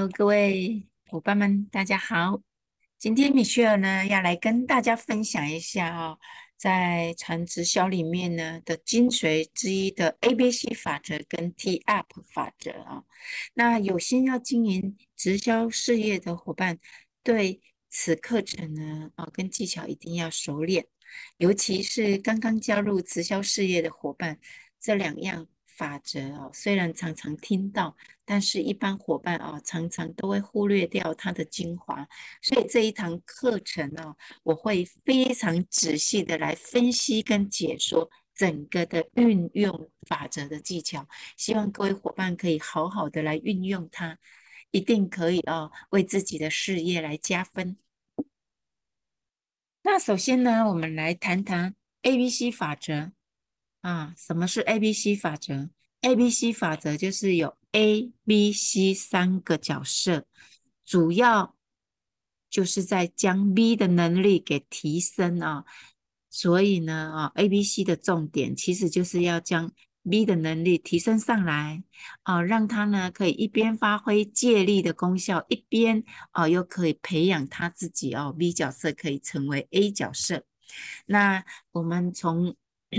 Hello，各位伙伴们，大家好。今天米歇尔呢要来跟大家分享一下在传直销里面呢的精髓之一的 ABC 法则跟 T-UP 法则那有心要经营直销事业的伙伴，对此课程呢跟技巧一定要熟练，尤其是刚刚加入直销事业的伙伴，这两样法则虽然常常听到。但是，一般伙伴常常都会忽略掉它的精华，所以这一堂课程我会非常仔细的来分析跟解说整个的运用法则的技巧，希望各位伙伴可以好好的来运用它，一定可以为自己的事业来加分。那首先呢，我们来谈谈 ABC 法则什么是 ABC 法则？ABC 法则就是有 A、B、C 三个角色，主要就是在将 B 的能力给提升所以呢ABC 的重点其实就是要将 B 的能力提升上来让他呢可以一边发挥借力的功效，一边又可以培养他自己B 角色可以成为 A 角色。那我们从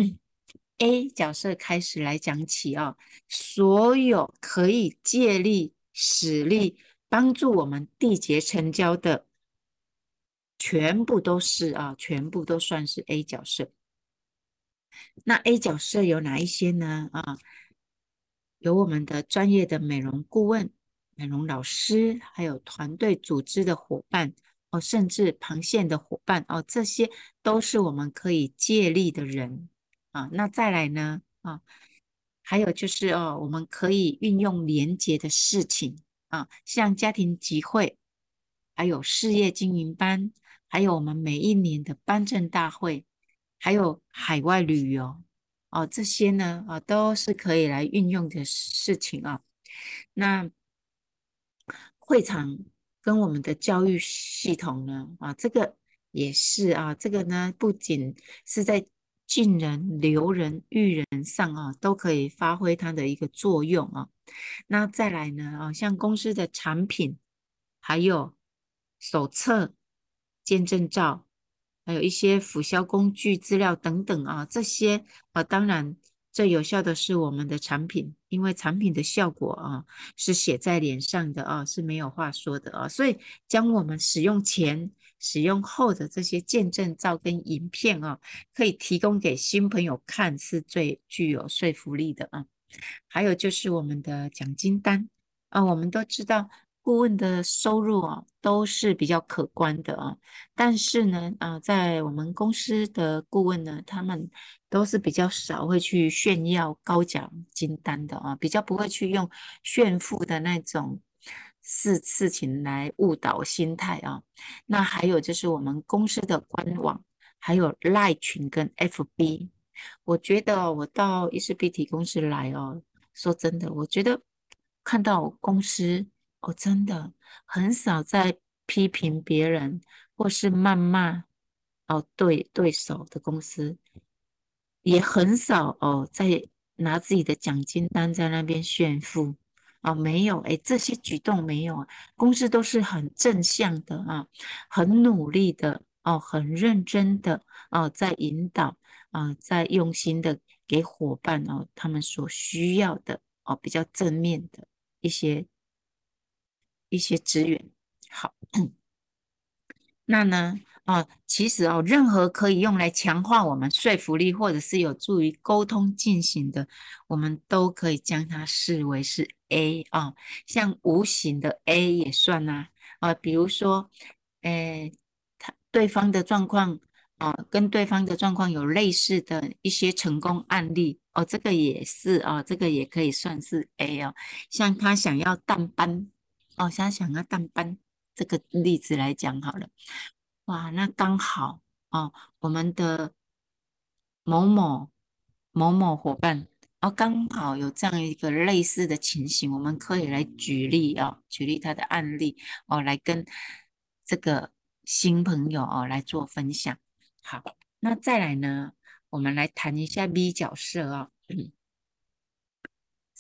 A 角色开始来讲起所有可以借力使力帮助我们缔结成交的，全部都是全部都算是 A 角色。那 A 角色有哪一些呢？有我们的专业的美容顾问、美容老师，还有团队组织的伙伴甚至旁线的伙伴这些都是我们可以借力的人那再来呢还有就是我们可以运用连结的事情像家庭集会，还有事业经营班，还有我们每一年的颁证大会，还有海外旅游这些呢都是可以来运用的事情那会场跟我们的教育系统呢这个也是这个呢不仅是在进人、留人、育人上都可以发挥它的一个作用那再来呢像公司的产品，还有手册、见证照，还有一些辅销工具、资料等等这些当然最有效的是我们的产品，因为产品的效果是写在脸上的是没有话说的所以将我们使用前、使用后的这些见证照跟影片可以提供给新朋友看，是最具有说服力的还有就是我们的奖金单我们都知道顾问的收入都是比较可观的但是呢在我们公司的顾问呢，他们都是比较少会去炫耀高奖金单的比较不会去用炫富的那种事情来误导心态那还有就是我们公司的官网，还有赖群跟 FB。我觉得我到伊士 b 体公司来说真的，我觉得看到公司真的很少在批评别人或是谩骂对手的公司，也很少在拿自己的奖金单在那边炫富没有，诶，这些举动没有，公司都是很正向的很努力的很认真的在引导在用心的给伙伴他们所需要的比较正面的一些一些资源。好，那呢其实任何可以用来强化我们说服力，或者是有助于沟通进行的，我们都可以将它视为是 A 像无形的 A 也算比如说，对方的状况跟对方的状况有类似的一些成功案例这个也是这个也可以算是 A 像他想要淡班像他想要淡班这个例子来讲好了。哇，那刚好我们的某某某某伙伴刚好有这样一个类似的情形，我们可以来举例举例他的案例来跟这个新朋友来做分享。好，那再来呢，我们来谈一下 B 角色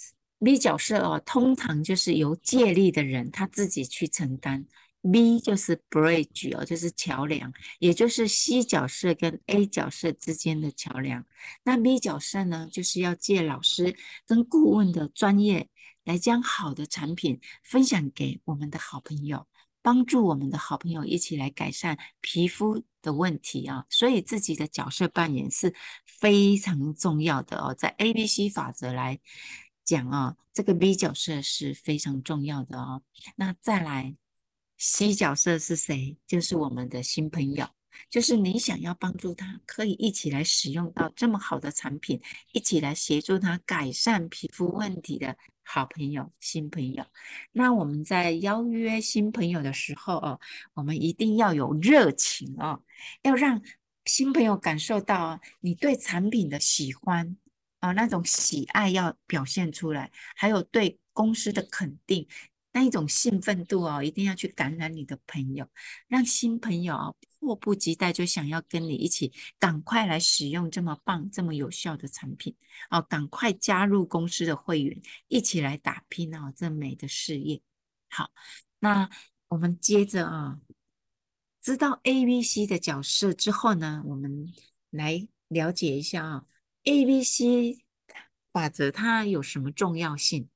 B 角色哦，通常就是由借力的人他自己去承担。B 就是 bridge 哦，就是桥梁，也就是 C 角色跟 A 角色之间的桥梁。那 B 角色呢，就是要借老师跟顾问的专业来将好的产品分享给我们的好朋友，帮助我们的好朋友一起来改善皮肤的问题啊。所以自己的角色扮演是非常重要的哦，在 ABC 法则来讲啊，这个 B 角色是非常重要的哦。那再来 C 角色是谁？就是我们的新朋友，就是你想要帮助他，可以一起来使用到这么好的产品，一起来协助他改善皮肤问题的好朋友、新朋友。那我们在邀约新朋友的时候哦，我们一定要有热情哦，要让新朋友感受到哦你对产品的喜欢啊，那种喜爱要表现出来，还有对公司的肯定。那一种兴奋度哦，一定要去感染你的朋友，让新朋友哦迫不及待就想要跟你一起赶快来使用这么棒、这么有效的产品哦，赶快加入公司的会员，一起来打拼哦这美的事业。好，那我们接着啊，知道 A、B、C 的角色之后呢，我们来了解一下啊，ABC 法则它有什么重要性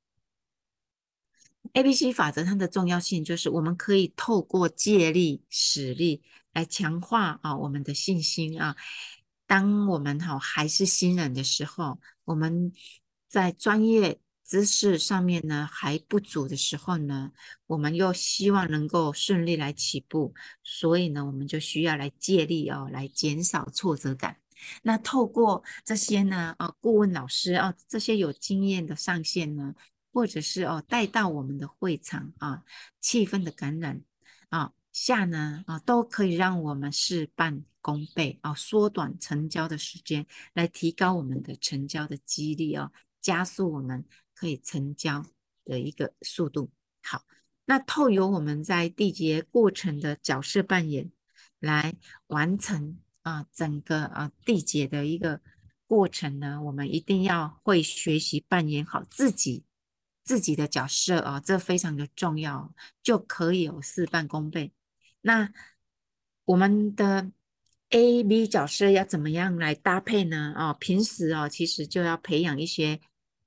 ？ABC 法则它的重要性就是我们可以透过借力使力来强化啊我们的信心啊。当我们还是新人的时候，我们在专业知识上面呢还不足的时候呢，我们又希望能够顺利来起步，所以呢，我们就需要来借力哦，来减少挫折感。那透过这些呢，顾问老师这些有经验的上线呢。或者是带到我们的会场啊，气氛的感染下呢都可以让我们事半功倍缩短成交的时间，来提高我们的成交的几率加速我们可以成交的一个速度。好，那透由我们在缔结过程的角色扮演来完成整个缔结的一个过程呢，我们一定要会学习扮演好自己的角色这非常的重要，就可以有事半功倍。那我们的 A、B 角色要怎么样来搭配呢？平时其实就要培养一些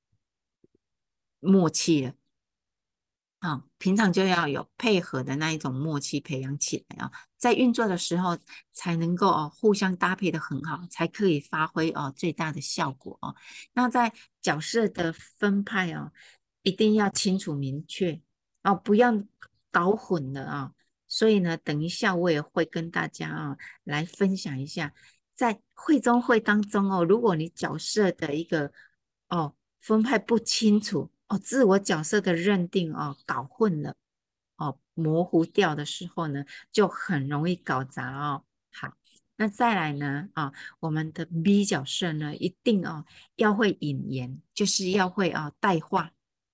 默契了。平常就要有配合的那一种默契培养起来在运作的时候才能够互相搭配的很好，才可以发挥最大的效果那在角色的分派一定要清楚明确不要搞混了所以呢，等一下我也会跟大家来分享一下，在会中会当中如果你角色的一个分派不清楚自我角色的认定搞混了模糊掉的时候呢，就很容易搞砸好，那再来呢我们的 B 角色呢，一定要会引言，就是要会带话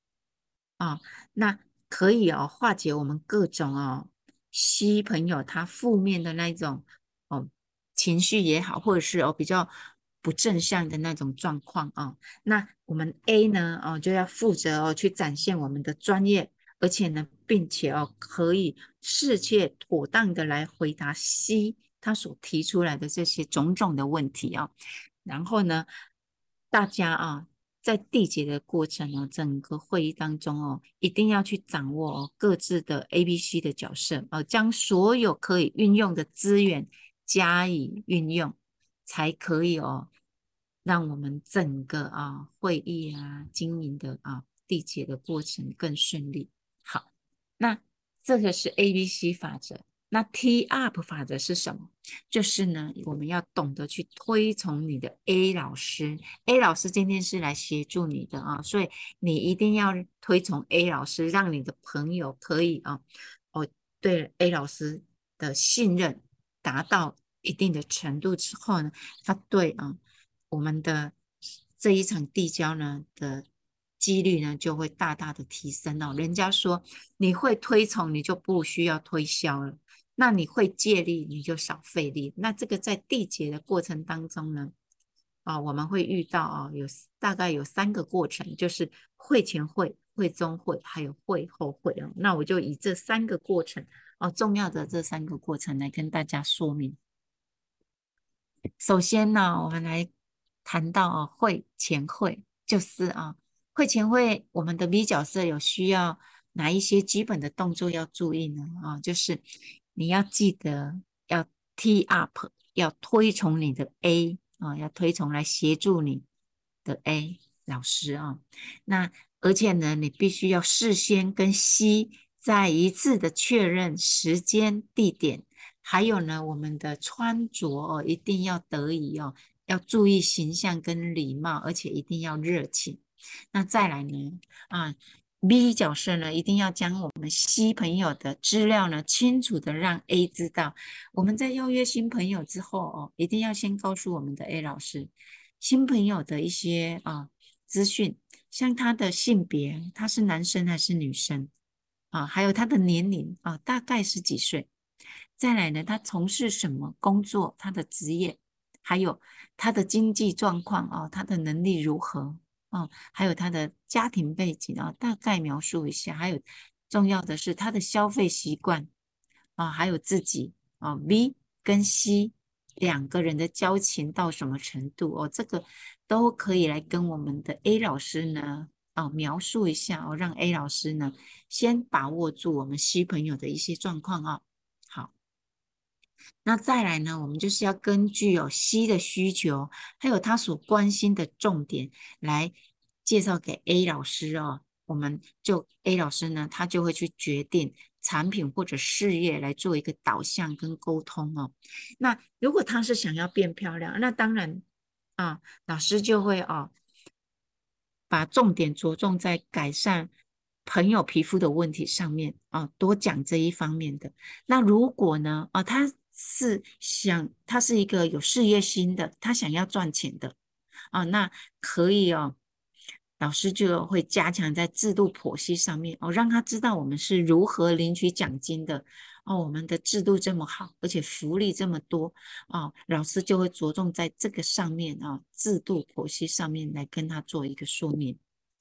那可以化解我们各种吸朋友他负面的那种情绪也好，或者是比较不正向的那种状况那我们 A 呢就要负责去展现我们的专业，而且呢，并且可以适切妥当的来回答 C 他所提出来的这些种种的问题然后呢，大家在缔结的过程整个会议当中一定要去掌握各自的 ABC 的角色将所有可以运用的资源加以运用，才可以让我们整个会议经营的缔结的过程更顺利。好，那这个是 ABC 法则。那 T up 法则是什么？就是呢，我们要懂得去推崇你的 A 老师。A 老师今天是来协助你的所以你一定要推崇 A 老师，让你的朋友可以对 A 老师的信任达到一定的程度之后呢，他对我们的这一场递交呢的几率呢就会大大的提升人家说你会推崇，你就不需要推销了。那你会借力，你就少费力。那这个在缔结的过程当中呢， 我们会遇到大概有3个过程，就是会前会、会中会，还有会后会哦。那我就以这3个过程重要的这3个过程来跟大家说明。首先呢，我们来谈到会前会，就是会前会我们的 B 角色有需要哪一些基本的动作要注意呢？就是你要记得要 tee up，要推崇你的 A 要推崇来协助你的 A 老师那而且呢，你必须要事先跟 C 再一次的确认时间、地点。还有呢，我们的穿着一定要得宜要注意形象跟礼貌，而且一定要热情。那再来呢，B 角色呢，一定要将我们 C 朋友的资料呢，清楚的让 A 知道。我们在邀约新朋友之后一定要先告诉我们的 A 老师，新朋友的一些资讯，像他的性别，他是男生还是女生还有他的年龄大概是几岁。再来呢，他从事什么工作，他的职业，还有他的经济状况他的能力如何还有他的家庭背景大概描述一下。还有重要的是他的消费习惯还有自己B 跟 C 2个人的交情到什么程度这个都可以来跟我们的 A 老师呢描述一下让 A 老师呢先把握住我们 C 朋友的一些状况好。那再来呢，我们就是要根据C 的需求，还有他所关心的重点来介绍给 A 老师我们就 A 老师呢，他就会去决定产品或者事业来做一个导向跟沟通那如果他是想要变漂亮，那当然老师就会把重点着重在改善朋友皮肤的问题上面多讲这一方面的。那如果呢他是一个有事业心的，他想要赚钱的那可以老师就会加强在制度剖析上面让他知道我们是如何领取奖金的我们的制度这么好，而且福利这么多老师就会着重在这个上面制度剖析上面来跟他做一个说明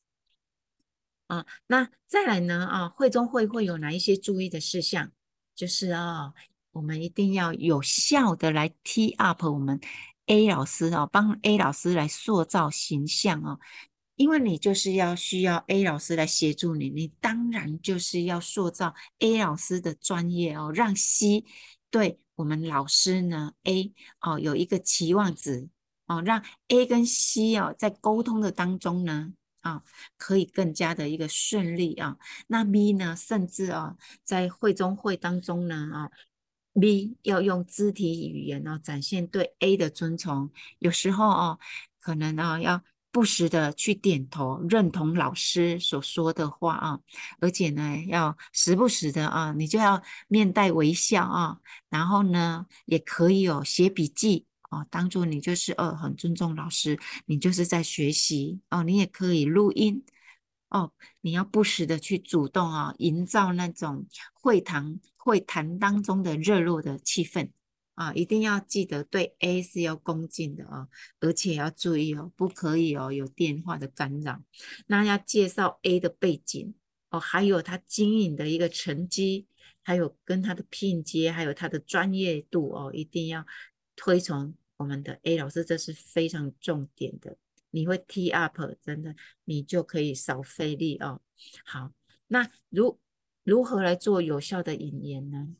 那再来呢会中会有哪一些注意的事项？就是我们一定要有效的来 tee up 我们 A 老师帮 A 老师来塑造形象因为你就是需要 A 老师来协助你，你当然就是要塑造 A 老师的专业让 C 对我们老师呢 A 有一个期望值让 A 跟 C 在沟通的当中呢可以更加的一个顺利那 B 呢，甚至在会中会当中呢B 要用肢体语言展现对 A 的尊崇，有时候可能要不时的去点头认同老师所说的话而且呢要时不时的你就要面带微笑然后呢也可以写笔记当做你就是很尊重老师，你就是在学习你也可以录音你要不时的去主动营造那种会谈当中的热络的气氛一定要记得对 A 是要恭敬的而且要注意不可以有电话的干扰。那要介绍 A 的背景还有他经营的一个成绩，还有跟他的拼接，还有他的专业度一定要推崇我们的 A 老师，这是非常重点的。你会 tee up，真的，你就可以少费力好，那如何来做有效的引言呢？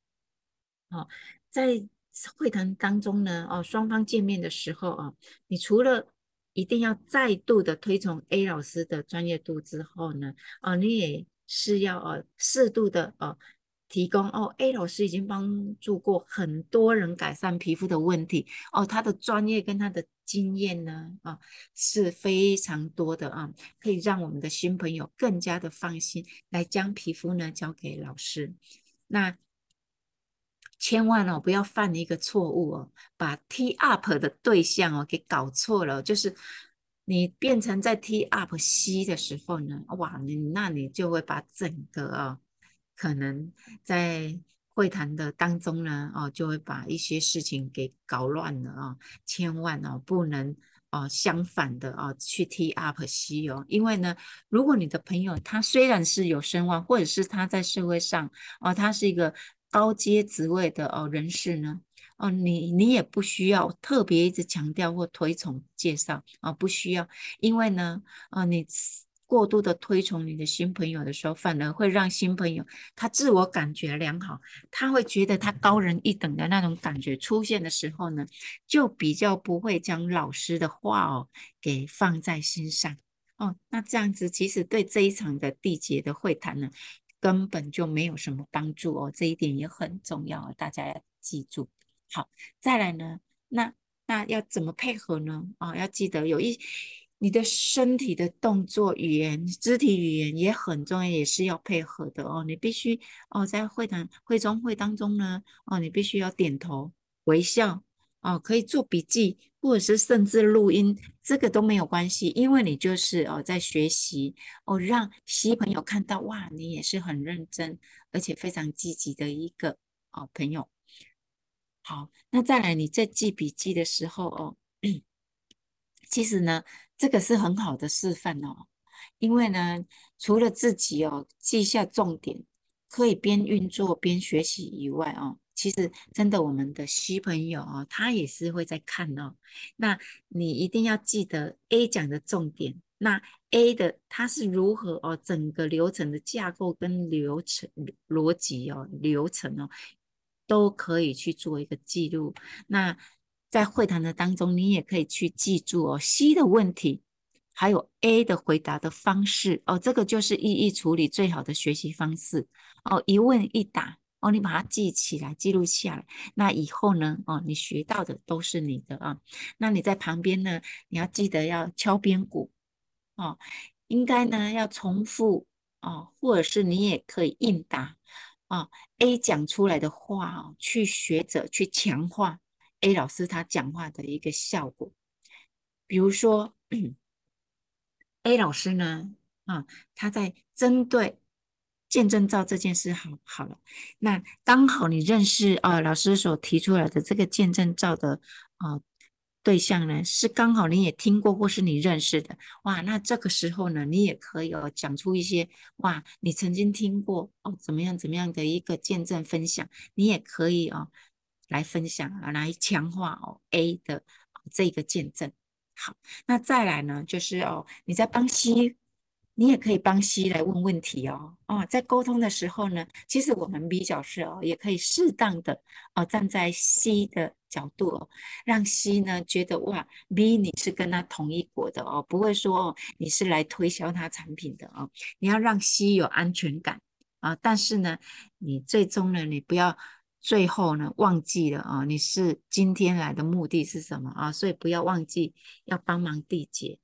在会谈当中呢，双方见面的时候你除了一定要再度的推崇 A 老师的专业度之后呢，你也是要适度的提供A 老师已经帮助过很多人改善皮肤的问题他的专业跟他的经验呢是非常多的可以让我们的新朋友更加的放心来将皮肤呢交给老师。那千万不要犯一个错误把 tee up 的对象给搞错了，就是你变成在 tee up C 的时候呢，哇，你就会把整个可能在会谈的当中呢就会把一些事情给搞乱了千万不能相反的去 tee up C 哦，因为呢，如果你的朋友他虽然是有声望，或者是他在社会上他是一个高阶职位的人士呢。你也不需要特别一直强调或推崇介绍不需要，因为呢，你过度的推崇你的新朋友的时候，反而会让新朋友他自我感觉良好，他会觉得他高人一等的那种感觉出现的时候呢，就比较不会将老师的话给放在心上那这样子其实对这一场的缔结的会谈呢，根本就没有什么帮助这一点也很重要大家要记住。好，再来呢，那要怎么配合呢？要记得你的身体的动作语言、肢体语言也很重要，也是要配合的你必须在会当中呢，你必须要点头微笑可以做笔记，或者是甚至录音，这个都没有关系，因为你就是在学习让新朋友看到哇，你也是很认真，而且非常积极的一个朋友。好，那再来你在记笔记的时候其实呢，这个是很好的示范因为呢，除了自己记下重点，可以边运作边学习以外其实真的我们的新朋友他也是会在看那你一定要记得 A 讲的重点，那 A 的它是如何整个流程的架构跟流程逻辑流程都可以去做一个记录。那在会谈的当中，你也可以去记住C 的问题，还有 A 的回答的方式这个就是异议处理最好的学习方式一问一答你把它记起来，记录下来，那以后呢你学到的都是你的那你在旁边呢，你要记得要敲边鼓应该呢要重复或者是你也可以应答A 讲出来的话去学着去强化 A 老师他讲话的一个效果。比如说A 老师呢他在针对见证照这件事好了，那刚好你认识老师所提出来的这个见证照的对象呢，是刚好你也听过或是你认识的哇，那这个时候呢，你也可以讲出一些哇，你曾经听过怎么样怎么样的一个见证分享，你也可以来分享来强化A 的这个见证。好，那再来呢，就是你在帮 C，你也可以帮 C 来问问题在沟通的时候呢，其实我们 B 角色也可以适当的站在 C 的角度让 C 呢觉得哇 B 你是跟他同一国的不会说你是来推销他产品的你要让 C 有安全感但是呢，你最终呢，你不要最后呢忘记了你是今天来的目的是什么所以不要忘记要帮忙缔结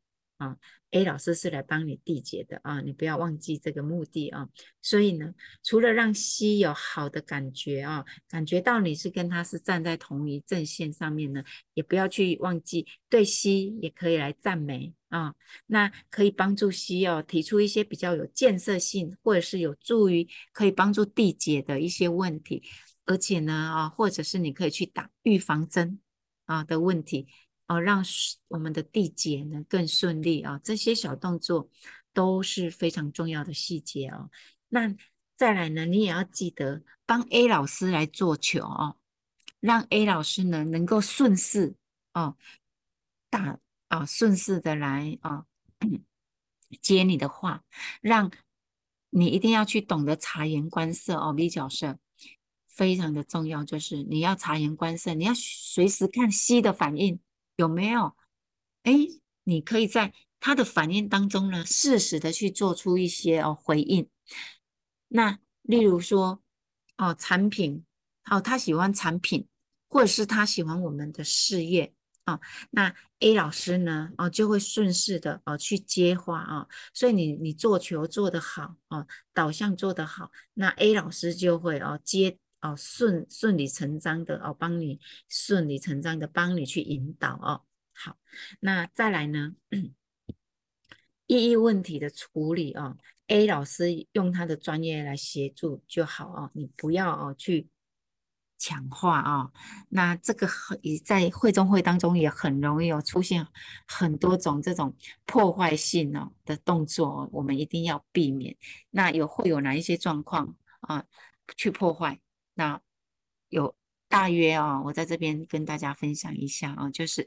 A 老师是来帮你缔结的你不要忘记这个目的所以呢，除了让 C 有好的感觉感觉到你是跟他是站在同一阵线上面呢，也不要去忘记对 C 也可以来赞美那可以帮助 C 提出一些比较有建设性，或者是有助于可以帮助缔结的一些问题，而且呢或者是你可以去打预防针的问题让我们的缔结呢更顺利这些小动作都是非常重要的细节那再来呢，你也要记得帮 A 老师来做球让 A 老师呢能够顺势打顺势的来接你的话，让你一定要去懂得察言观色B 角色非常的重要，就是你要察言观色，你要随时看 C 的反应有没有，诶，你可以在他的反应当中呢，适时的去做出一些回应。那例如说产品他喜欢产品，或者是他喜欢我们的事业那 A 老师呢就会顺势的去接话所以你做球做得好导向做得好，那 A 老师就会接顺理成章的帮你顺理成章的帮你去引导好，那再来呢异议问题的处理A 老师用他的专业来协助就好你不要去强化啊。那这个也在会中会当中也很容易有出现很多种这种破坏性的动作我们一定要避免。那会有哪一些状况啊去破坏？那有大约我在这边跟大家分享一下就是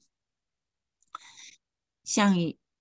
像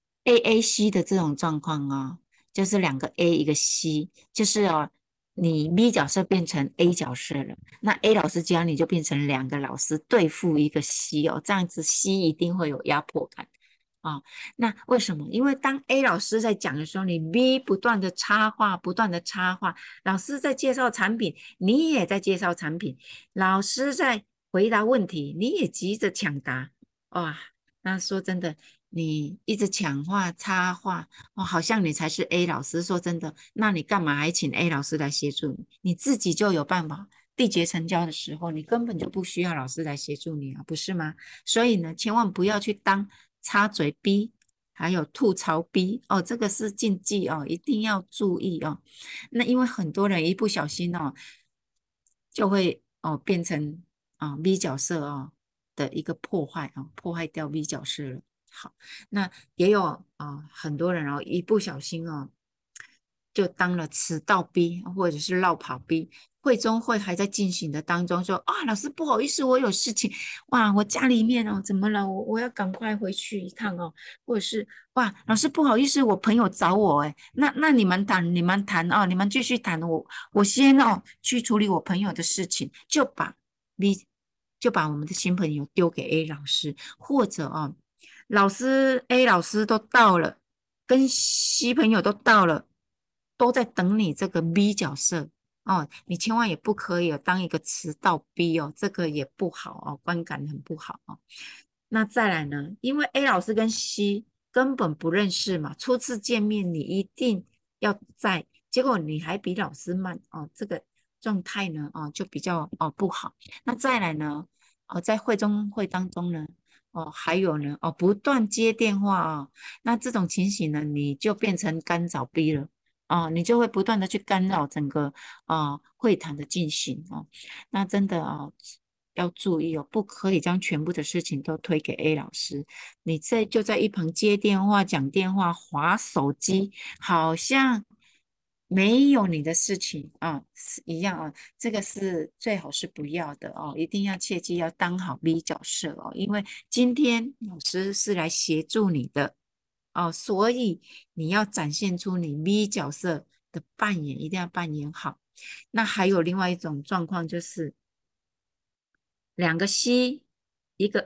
AAC 的这种状况就是两个 A 一个 C，就是你 B 角色变成 A 角色了，那 A 老师教你就变成两个老师对付一个 C 这样子 C 一定会有压迫感那为什么？因为当 A 老师在讲的时候，你 B 不断的插话，不断的插话，老师在介绍产品，你也在介绍产品，老师在回答问题，你也急着抢答，哇！那说真的，你一直抢话插话好像你才是 A 老师。说真的，那你干嘛还请 A 老师来协助你？你自己就有办法。缔结成交的时候，你根本就不需要老师来协助你不是吗？所以呢，千万不要去当插嘴 B，还有吐槽 B 这个是禁忌一定要注意那因为很多人一不小心就会变成B 角色的一个破坏破坏掉 B 角色了。好，那也有很多人一不小心就当了迟到 B 或者是落跑 B，会中会还在进行的当中说老师不好意思，我有事情，哇，我家里面怎么了？我要赶快回去一趟或者是哇，老师不好意思，我朋友找我那你们谈，你们继续谈，我先去处理我朋友的事情，就把我们的新朋友丢给 A 老师，或者老师 A 老师都到了，跟 C 朋友都到了，都在等你这个 B 角色你千万也不可以当一个迟到 B 这个也不好观感很不好那再来呢，因为 A 老师跟 C 根本不认识嘛，初次见面你一定要在，结果你还比老师慢这个状态呢就比较不好。那再来呢在会中会当中呢还有呢不断接电话那这种情形呢你就变成干扰 B 了你就会不断的去干扰整个会谈的进行那真的要注意不可以将全部的事情都推给 A 老师，你就在一旁接电话、讲电话、划手机，好像没有你的事情是一样这个是最好是不要的一定要切记要当好 B 角色因为今天老师是来协助你的所以你要展现出你 B 角色的扮演，一定要扮演好。那还有另外一种状况就是两个 C，一个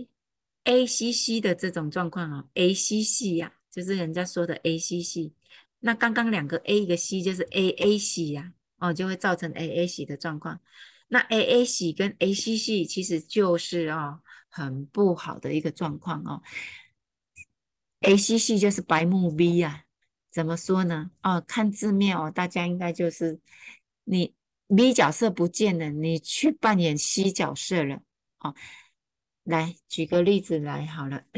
ACC 的这种状况ACC 呀，就是人家说的 ACC。那刚刚两个 A 一个 C 就是 AAC 呀就会造成 AAC 的状况。那 AAC 跟 ACC 其实就是很不好的一个状况ACC 就是白目 B 呀，怎么说呢？看字面大家应该就是你 B 角色不见了，你去扮演 C 角色了来举个例子来好了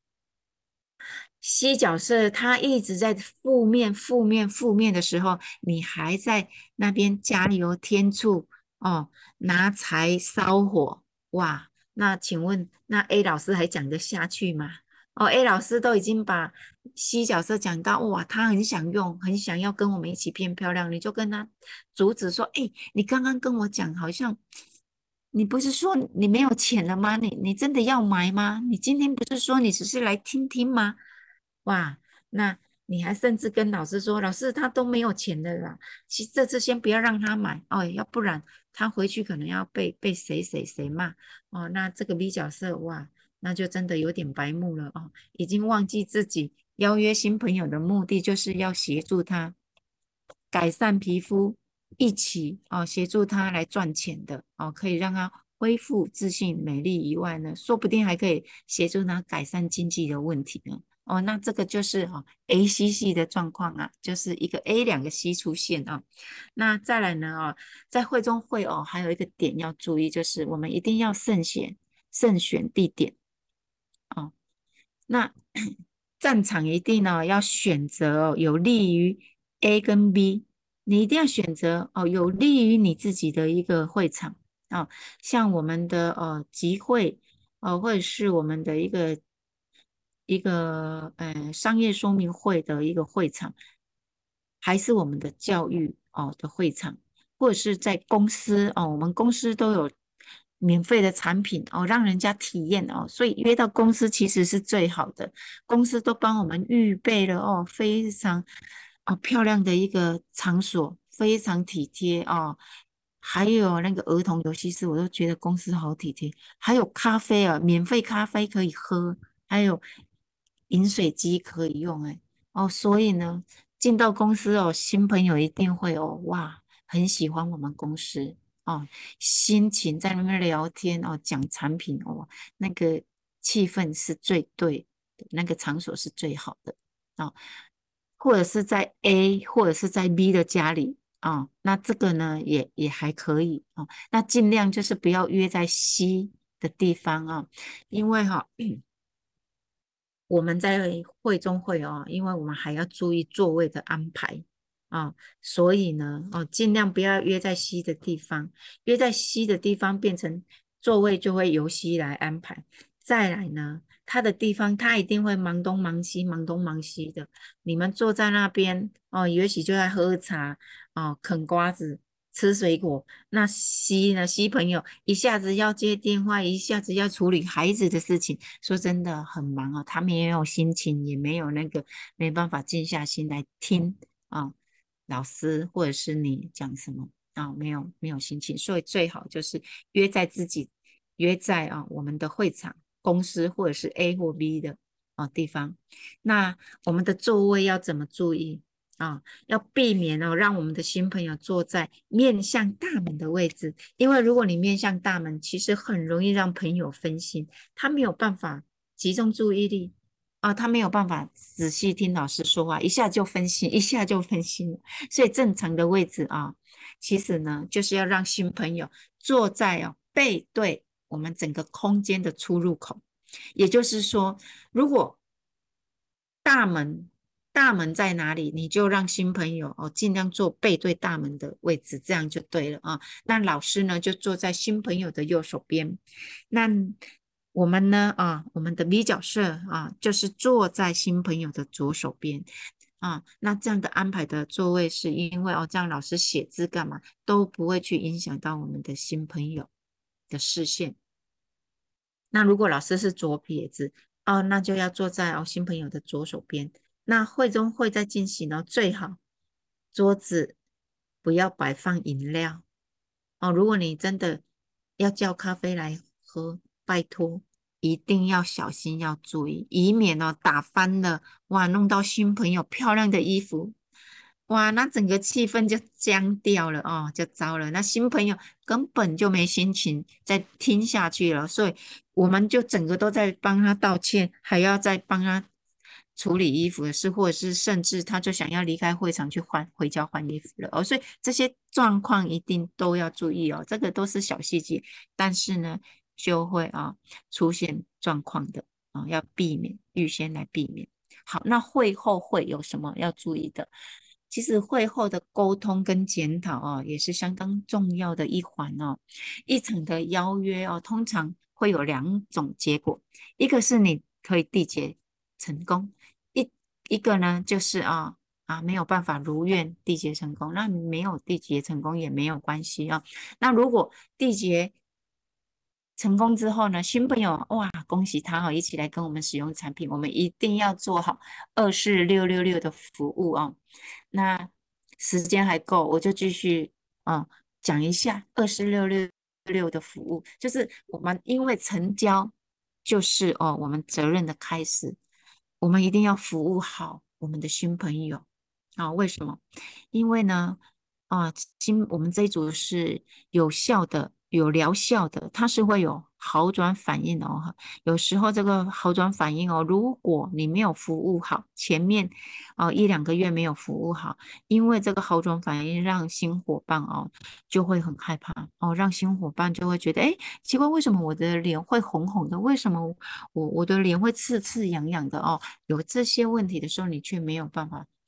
，C 角色他一直在负面、负面、负面的时候，你还在那边加油添醋拿柴烧火，哇！那请问，那 A 老师还讲得下去吗？A 老师都已经把 C 角色讲到，哇，他很想用，很想要跟我们一起变漂亮，你就跟他阻止说，你刚刚跟我讲，好像你不是说你没有钱了吗？你真的要买吗？你今天不是说你只是来听听吗？哇，那你还甚至跟老师说，老师他都没有钱的啦，其实这次先不要让他买要不然他回去可能要被谁谁谁骂那这个 B 角色哇，那就真的有点白目了已经忘记自己邀约新朋友的目的就是要协助他改善皮肤，一起协助他来赚钱的可以让他恢复自信、美丽以外呢，说不定还可以协助他改善经济的问题呢。那这个就是ACC 的状况就是一个 A 两个 C 出现那再来呢在会中会还有一个点要注意，就是我们一定要慎选地点那战场一定要选择有利于 A 跟 B，你一定要选择有利于你自己的一个会场啊，像我们的集会，或者是我们的一个商业说明会的一个会场，还是我们的教育的会场，或者是在公司我们公司都有免费的产品让人家体验所以约到公司其实是最好的，公司都帮我们预备了非常漂亮的一个场所，非常体贴还有那个儿童游戏室，我都觉得公司好体贴。还有咖啡免费咖啡可以喝，还有饮水机可以用，所以呢，进到公司新朋友一定会哇，很喜欢我们公司哦，心情在那边聊天讲产品那个气氛是最对的，那个场所是最好的哦，或者是在 A 或者是在 B 的家里那这个呢也还可以那尽量就是不要约在 C 的地方因为我们在会中会因为我们还要注意座位的安排所以呢尽量不要约在 C 的地方，约在 C 的地方变成座位就会由 C 来安排。再来呢，他的地方他一定会忙东忙西，忙东忙西的。你们坐在那边也许就在喝茶啃瓜子。吃水果，那 C 呢？C 朋友一下子要接电话，一下子要处理孩子的事情，说真的很忙他没有心情，也没有那个没办法静下心来听老师或者是你讲什么没有心情，所以最好就是约在我们的会场、公司或者是 A 或 B 的地方。那我们的座位要怎么注意要避免让我们的新朋友坐在面向大门的位置，因为如果你面向大门，其实很容易让朋友分心，他没有办法集中注意力他没有办法仔细听老师说话，一下就分心，一下就分心了。所以正常的位置其实呢，就是要让新朋友坐在背对我们整个空间的出入口。也就是说，如果大门大门在哪里，你就让新朋友尽量坐背对大门的位置，这样就对了那老师呢，就坐在新朋友的右手边。那我们呢我们的 B 角色就是坐在新朋友的左手边那这样的安排的座位是因为这样老师写字干嘛都不会去影响到我们的新朋友的视线。那如果老师是左撇子那就要坐在新朋友的左手边。那会中会在进行最好桌子不要摆放饮料如果你真的要叫咖啡来喝，拜托一定要小心，要注意，以免打翻了，哇，弄到新朋友漂亮的衣服，哇，那整个气氛就僵掉了就糟了。那新朋友根本就没心情再听下去了，所以我们就整个都在帮他道歉，还要再帮他处理衣服的事，或者是甚至他就想要离开会场去回家换衣服了所以这些状况一定都要注意这个都是小细节，但是呢就会出现状况的要避免，预先来避免。好，那会后会有什么要注意的？其实会后的沟通跟检讨也是相当重要的一环一场的邀约通常会有两种结果，一个是你可以缔结成功，一个呢就是没有办法如愿缔结成功，那没有缔结成功也没有关系那如果缔结成功之后呢，新朋友哇，恭喜他一起来跟我们使用产品，我们一定要做好24666的服务那时间还够，我就继续讲一下24666的服务，就是我们因为成交就是我们责任的开始，我们一定要服务好我们的新朋友为什么？因为呢我们这一组是有效的、有疗效的，它是会有好转反应有时候这个好转反应如果你没有服务好，前面1-2个月没有服务好，因为这个好转反应让新伙伴就会很害怕让新伙伴就会觉得，哎，奇怪，为什么我的脸会红红的？为什么我的脸会刺刺痒痒的有这些问题的时候，你却没有办法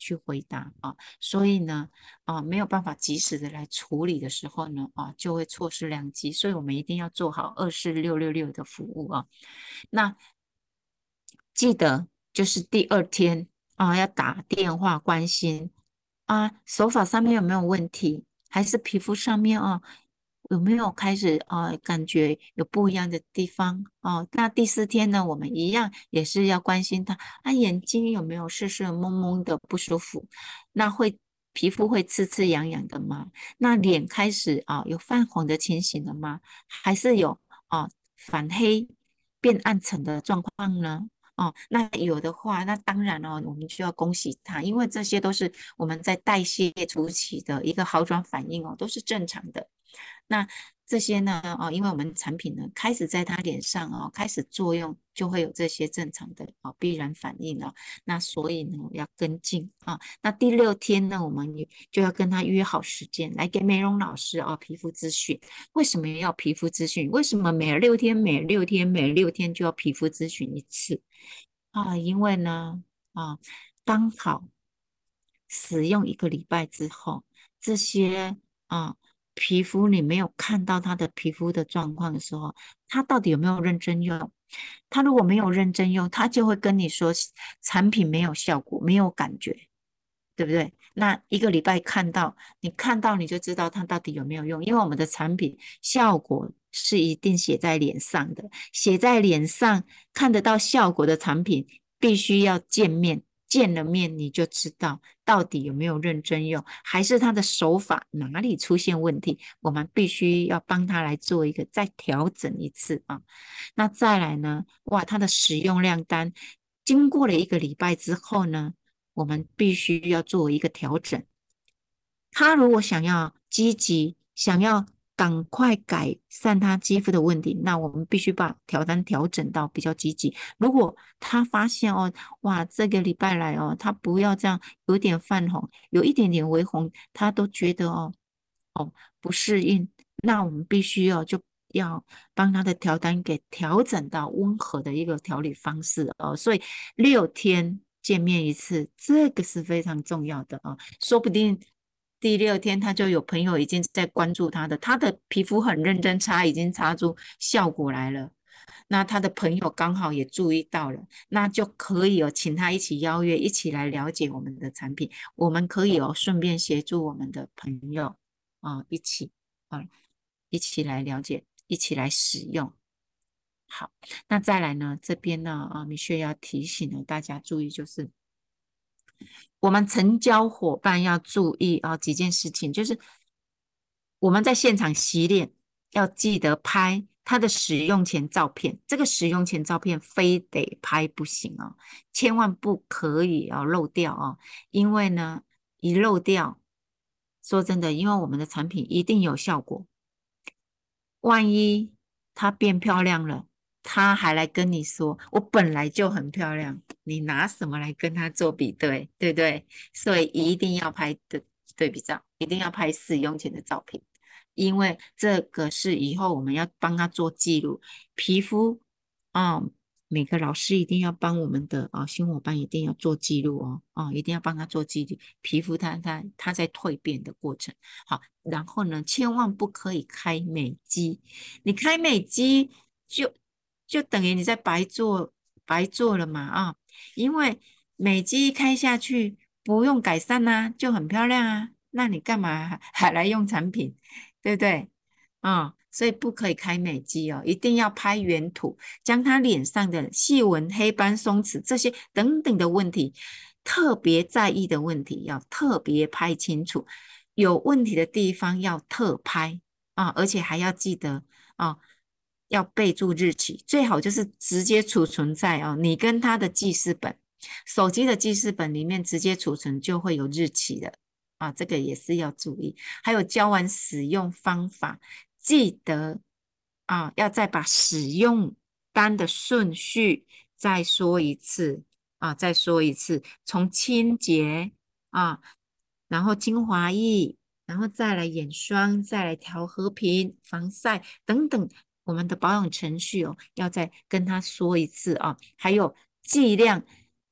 去回答啊，所以呢，没有办法及时的来处理的时候呢，就会错失良机，所以我们一定要做好24666的服务啊。那记得就是第二天要打电话关心手法上面有没有问题，还是皮肤上面有没有开始感觉有不一样的地方那第四天呢，我们一样也是要关心他眼睛有没有涩涩蒙蒙的不舒服，那皮肤会刺刺痒痒的吗？那脸开始有泛红的情形了吗？还是有反黑变暗沉的状况呢？那有的话，那当然我们就要恭喜他，因为这些都是我们在代谢初期的一个好转反应都是正常的。那这些呢，因为我们产品呢开始在他脸上开始作用，就会有这些正常的必然反应那所以呢要跟进那第6天呢，我们就要跟他约好时间来给美容老师皮肤咨询。为什么要皮肤咨询？为什么每6天就要皮肤咨询一次因为呢刚好使用1个礼拜之后，这些啊皮肤你没有看到他的皮肤的状况的时候，他到底有没有认真用？他如果没有认真用，他就会跟你说产品没有效果，没有感觉，对不对？那1个礼拜你看到你就知道它到底有没有用，因为我们的产品效果是一定写在脸上的，写在脸上看得到效果的产品，必须要见面，见了面你就知道到底有没有认真用，还是他的手法哪里出现问题，我们必须要帮他来做一个再调整一次那再来呢，哇，它的使用量单经过了1个礼拜之后呢，我们必须要做一个调整。他如果想要积极，想要赶快改善他肌肤的问题，那我们必须把调单调整到比较积极。如果他发现哇，这个礼拜来他不要这样，有点泛红，有一点点微红，他都觉得不适应，那我们必须就要帮他的调单给调整到温和的一个调理方式所以6天见面一次，这个是非常重要的说不定第6天他就有朋友已经在关注他的皮肤很认真擦，已经擦出效果来了。那他的朋友刚好也注意到了，那就可以请他一起邀约，一起来了解我们的产品。我们可以顺便协助我们的朋友一起啊，一起来了解，一起来使用。好，那再来呢，这边呢米雪要提醒大家注意，就是我们成交伙伴要注意几件事情，就是我们在现场洗脸要记得拍它的使用前照片，这个使用前照片非得拍不行千万不可以漏掉因为呢一漏掉，说真的，因为我们的产品一定有效果，万一她变漂亮了，她还来跟你说我本来就很漂亮，你拿什么来跟她做比对，对不对？所以一定要拍的对比照，一定要拍使用前的照片，因为这个是以后我们要帮她做记录，皮肤每个老师一定要帮我们的新伙伴一定要做记录一定要帮他做记录，皮肤它在蜕变的过程。好，然后呢，千万不可以开美肌，你开美肌就就等于你在白做了嘛因为美肌开下去不用改善就很漂亮那你干嘛还来用产品，对不对？所以不可以开美肌一定要拍原图，将他脸上的细纹、黑斑、松弛这些等等的问题，特别在意的问题要特别拍清楚，有问题的地方要特拍而且还要记得要备注日期，最好就是直接储存在你跟他的记事本，手机的记事本里面直接储存就会有日期的这个也是要注意。还有教完使用方法，记得要再把使用单的顺序再说一次再说一次，从清洁然后精华液，然后再来眼霜，再来调和平、防晒等等，我们的保养程序要再跟他说一次还有剂量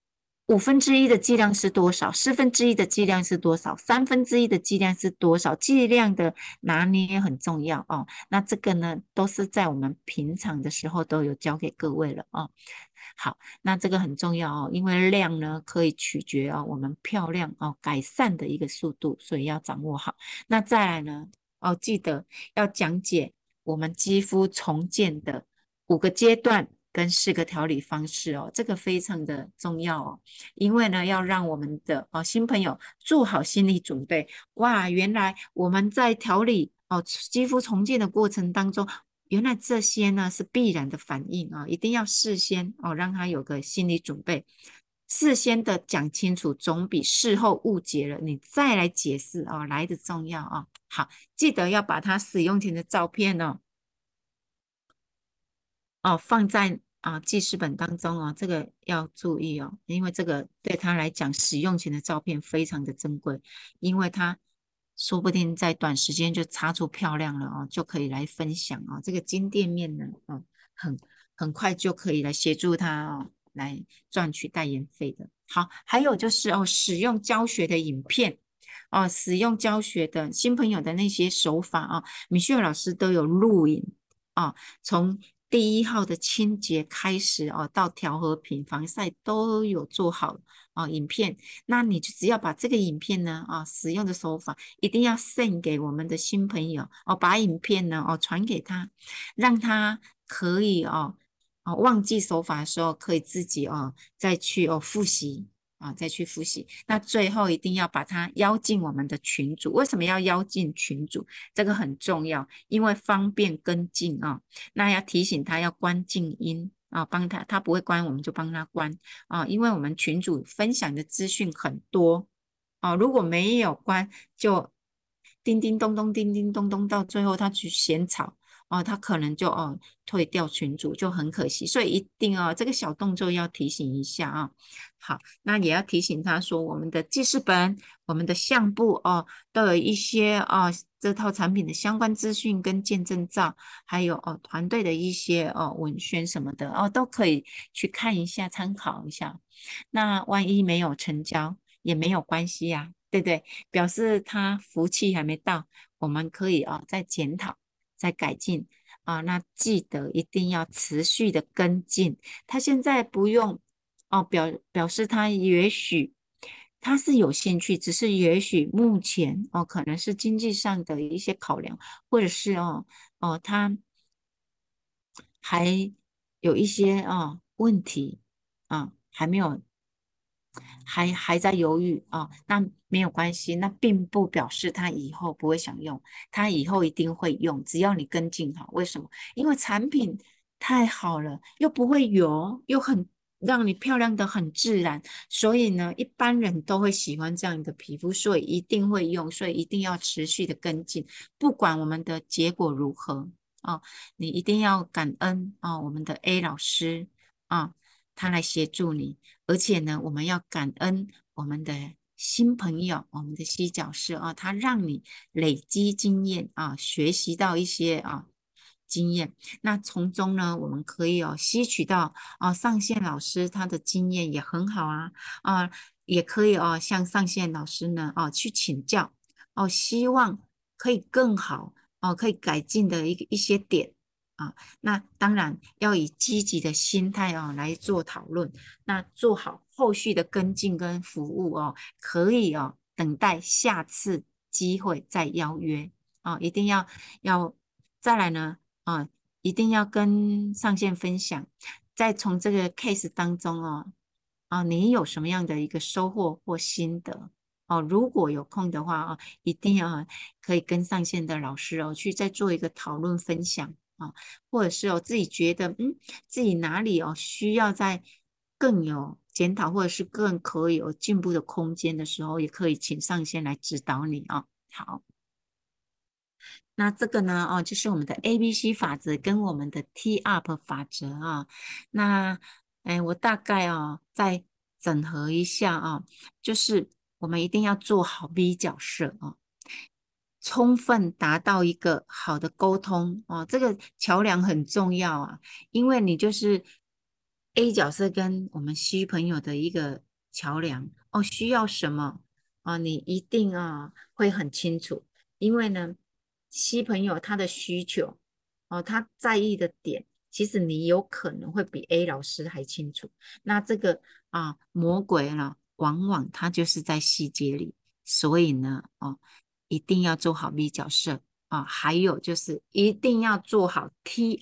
1/5的剂量是多少？1/4的剂量是多少？1/3的剂量是多少？剂量的拿捏很重要哦。那这个呢，都是在我们平常的时候都有教给各位了哦。好，那这个很重要哦，因为量呢可以取决我们漂亮改善的一个速度，所以要掌握好。那再来呢记得要讲解我们肌肤重建的5个阶段跟4个调理方式哦，这个非常的重要哦，因为呢要让我们的新朋友做好心理准备。哇，原来我们在调理肌肤重建的过程当中，原来这些呢是必然的反应一定要事先让他有个心理准备，事先的讲清楚，总比事后误解了你再来解释来的重要好，记得要把它使用前的照片放在记事本当中这个要注意因为这个对他来讲，使用前的照片非常的珍贵，因为他说不定在短时间就擦出漂亮了就可以来分享这个金店面呢很很快就可以来协助他来赚取代言费的。好，还有就是使用教学的影片使用教学的新朋友的那些手法米雪老师都有录影从第1号的清洁开始到调和品、防晒都有做好影片。那你就只要把这个影片呢使用的手法一定要 send 给我们的新朋友把影片呢传给他，让他可以忘记手法的时候可以自己再去复习。再去复习。那最后一定要把他邀进我们的群组。为什么要邀进群组？这个很重要，因为方便跟进那要提醒他要关静音帮他不会关，我们就帮他关因为我们群组分享的资讯很多如果没有关，就叮叮咚咚，叮叮咚咚，到最后他去嫌吵他可能就退掉群组，就很可惜。所以一定这个小动作要提醒一下好，那也要提醒他说，我们的记事本、我们的相簿都有一些这套产品的相关资讯跟见证照，还有团队的一些文宣什么的都可以去看一下，参考一下。那万一没有成交也没有关系呀对不对？表示他福气还没到，我们可以再检讨、再改进那记得一定要持续的跟进。他现在不用表示他也许他是有兴趣，只是也许目前可能是经济上的一些考量，或者是他还有一些问题还没有还在犹豫那没有关系，那并不表示他以后不会想用，他以后一定会用，只要你跟进好。为什么？因为产品太好了，又不会油，又很让你漂亮的很自然，所以呢，一般人都会喜欢这样的皮肤，所以一定会用，所以一定要持续的跟进，不管我们的结果如何你一定要感恩我们的 A 老师他来协助你。而且呢，我们要感恩我们的新朋友，我们的犀角师他让你累积经验学习到一些经验。那从中呢，我们可以吸取到上线老师他的经验也很好也可以向上线老师呢去请教希望可以更好可以改进的一些点那当然要以积极的心态来做讨论，那做好后续的跟进跟服务可以等待下次机会再邀约一定要再来呢一定要跟上线分享，再从这个 case 当中你有什么样的一个收获或心得如果有空的话一定要可以跟上线的老师去再做一个讨论分享或者是自己觉得自己哪里需要再更有检讨，或者是更可以有进步的空间的时候，也可以请上线来指导你好，那这个呢就是我们的 ABC 法则跟我们的 T up 法则那我大概再整合一下就是我们一定要做好 B 角色充分达到一个好的沟通这个桥梁很重要因为你就是 A 角色跟我们 C 朋友的一个桥梁哦，需要什么你一定会很清楚，因为呢，C 朋友他的需求他在意的点，其实你有可能会比 A 老师还清楚。那这个魔鬼呢，往往他就是在细节里，所以呢一定要做好 B 角色还有就是一定要做好 T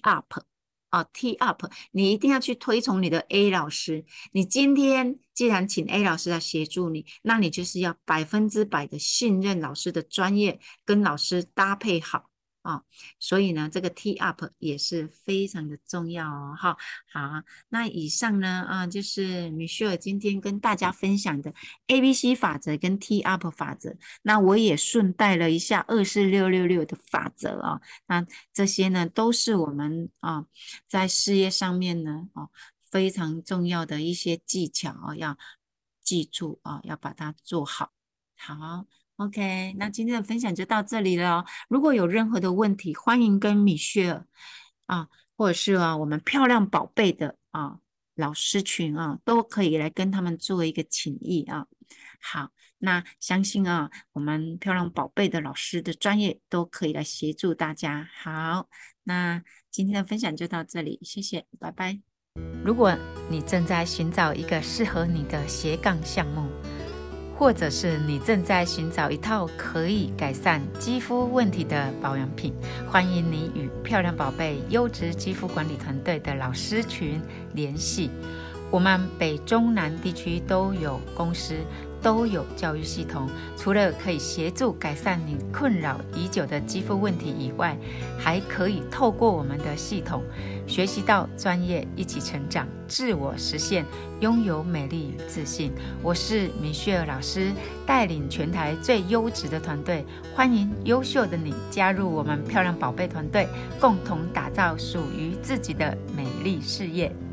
up。T up，你一定要去推崇你的 A 老师。你今天既然请 A 老师来协助你，那你就是要100%的信任老师的专业，跟老师搭配好所以呢，这个 T up 也是非常的重要哈。好，那以上呢就是米歇尔今天跟大家分享的 ABC 法则跟 T up 法则。那我也顺带了一下24666的法则那这些呢都是我们在事业上面呢非常重要的一些技巧要记住要把它做好。好，OK， 那今天的分享就到这里了如果有任何的问题，欢迎跟米歇尔或者是我们漂亮宝贝的老师群都可以来跟他们做一个请益好，那相信我们漂亮宝贝的老师的专业都可以来协助大家。好，那今天的分享就到这里，谢谢，拜拜。 如果你正在寻找一个适合你的斜杠项目，或者是你正在寻找一套可以改善肌肤问题的保养品，欢迎你与漂亮宝贝优质肌肤管理团队的老师群联系。我们北中南地区都有公司，都有教育系统，除了可以协助改善你困扰已久的肌肤问题以外，还可以透过我们的系统学习到专业，一起成长，自我实现，拥有美丽与自信。我是米歇尔老师，带领全台最优质的团队，欢迎优秀的你加入我们漂亮宝贝团队，共同打造属于自己的美丽事业。